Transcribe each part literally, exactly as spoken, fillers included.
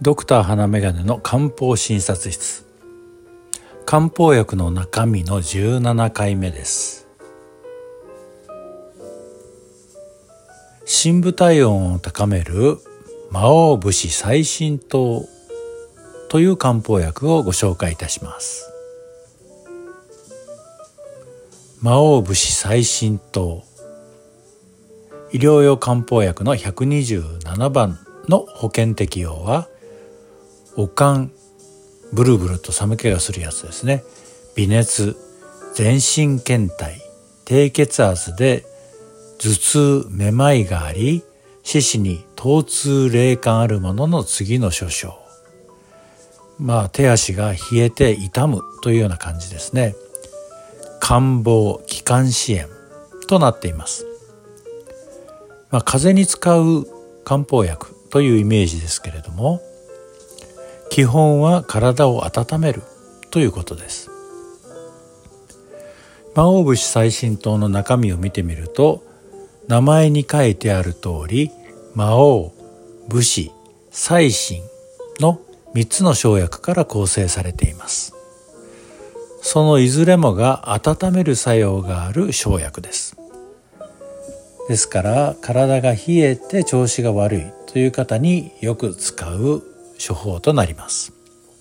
ドクター花眼鏡の漢方診察室。漢方薬の中身のじゅうななかいめです。深部体温を高める魔王武士最新湯という漢方薬をご紹介いたします。魔王武士最新湯、医療用漢方薬のひゃくにじゅうななばんの保険適用は、悪寒、ブルブルと寒気がするやつですね。微熱、全身倦怠、低血圧で頭痛、めまいがあり、四肢に疼痛、冷感あるものの次の諸症。まあ手足が冷えて痛むというような感じですね。感冒、気管支炎となっています。まあ、風邪に使う漢方薬というイメージですけれども、基本は体を温めるということです。魔王武士最新湯の中身を見てみると、名前に書いてある通り、魔王、武士、最新のみっつの生薬から構成されています。そのいずれもが温める作用がある生薬です。ですから体が冷えて調子が悪いという方によく使う処方となります。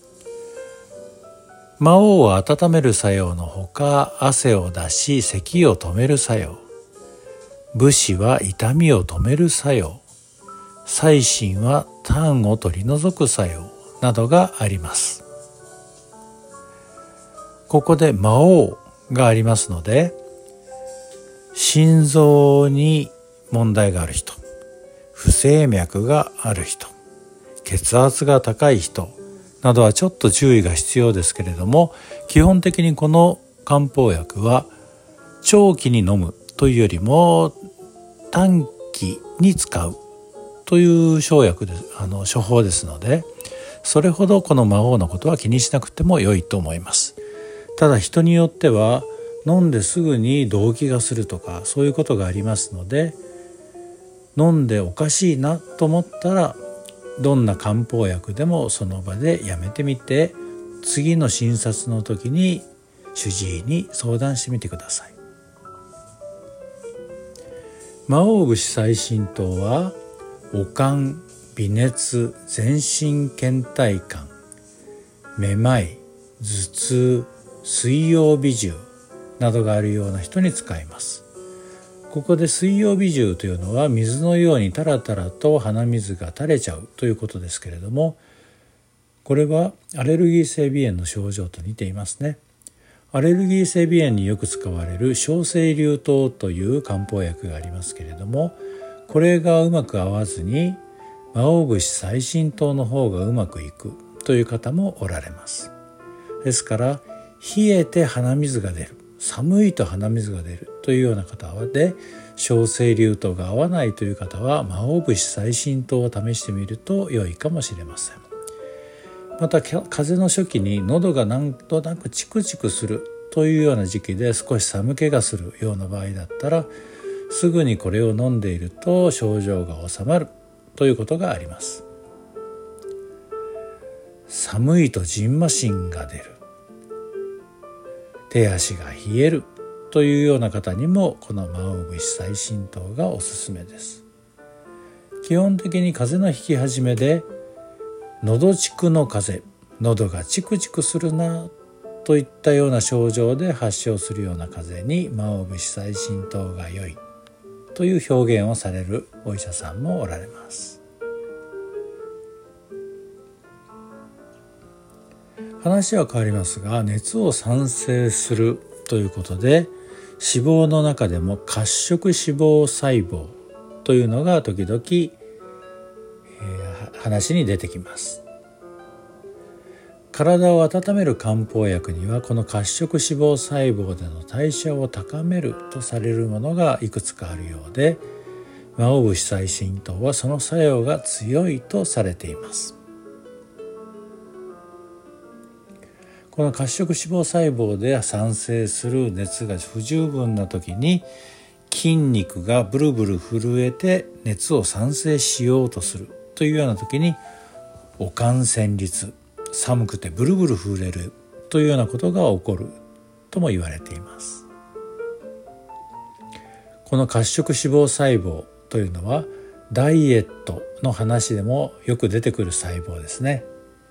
魔王は温める作用のほか、汗を出し咳を止める作用、武士は痛みを止める作用、最新は痰を取り除く作用などがあります。ここで魔王がありますので、心臓に問題がある人、不整脈がある人、血圧が高い人などはちょっと注意が必要ですけれども、基本的にこの漢方薬は長期に飲むというよりも短期に使うという生薬で、あの処方ですので、それほどこの魔王のことは気にしなくても良いと思います。ただ人によっては飲んですぐに動悸がするとか、そういうことがありますので、飲んでおかしいなと思ったら、どんな漢方薬でもその場でやめてみて、次の診察の時に主治医に相談してみてください。魔王武士最新湯は、悪寒、微熱、全身倦怠感、めまい、頭痛、水曜日中などがあるような人に使います。ここで水曜日中というのは、水のようにタラタラと鼻水が垂れちゃうということですけれども、これはアレルギー性鼻炎の症状と似ていますね。アレルギー性鼻炎によく使われる小生竜湯という漢方薬がありますけれども、これがうまく合わずに魔王武士最新湯の方がうまくいくという方もおられます。ですから冷えて鼻水が出る、寒いと鼻水が出るというような方で、小生竜湯が合わないという方は魔王武士最新湯を試してみると良いかもしれません。また風邪の初期に喉がなんとなくチクチクするというような時期で少し寒気がするような場合だったら、すぐにこれを飲んでいると症状が治まるということがあります。寒いと蕁麻疹が出る、手足が冷えるというような方にもこの魔王武士最新湯がおすすめです。基本的に風邪のひき始めで、喉チクの風邪、喉がチクチクするなといったような症状で発症するような風邪に魔王武士最新湯が良いという表現をされるお医者さんもおられます。話は変わりますが、熱を産生するということで、脂肪の中でも褐色脂肪細胞というのが時々、えー、話に出てきます。体を温める漢方薬には、この褐色脂肪細胞での代謝を高めるとされるものがいくつかあるようで、魔王武士最新湯はその作用が強いとされています。この褐色脂肪細胞で産生する熱が不十分な時に、筋肉がブルブル震えて熱を産生しようとするというような時に、 悪寒戦慄、寒くてブルブル震えるというようなことが起こるとも言われています。この褐色脂肪細胞というのはダイエットの話でもよく出てくる細胞ですね。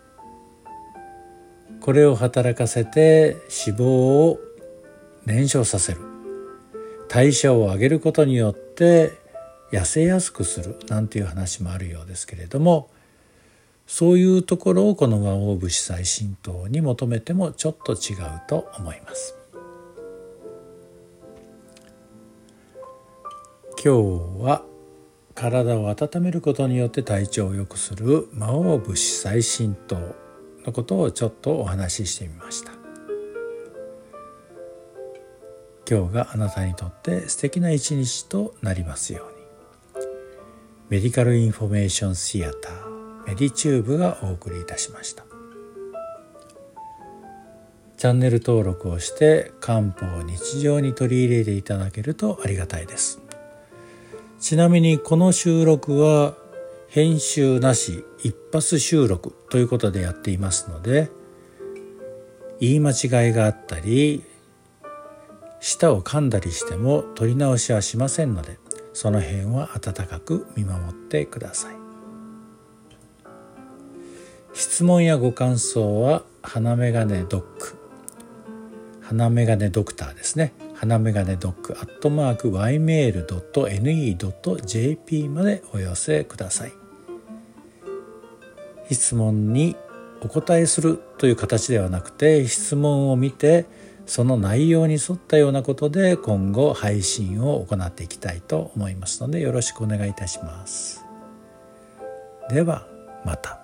これを働かせて脂肪を燃焼させる、代謝を上げることによって痩せやすくするなんていう話もあるようですけれども、そういうところをこの和黄節細辛湯に求めてもちょっと違うと思います。今日は体を温めることによって体調を良くする和黄節細辛湯のことをちょっとお話ししてみました。今日があなたにとって素敵な一日となりますように。メディカルインフォメーションシアターメディチューブがお送りいたしました。チャンネル登録をして漢方を日常に取り入れていただけるとありがたいです。ちなみにこの収録は編集なし一発収録ということでやっていますので、言い間違いがあったり舌を噛んだりしても取り直しはしませんので、その辺は温かく見守ってください。質問やご感想は花眼鏡ドッグ、花眼鏡ドクターですね、花眼鏡ドッグアットマーク ワイメールドットエヌイードットジェーピー までお寄せください。質問にお答えするという形ではなくて、質問を見てその内容に沿ったようなことで今後配信を行っていきたいと思いますので、よろしくお願いいたします。ではまた。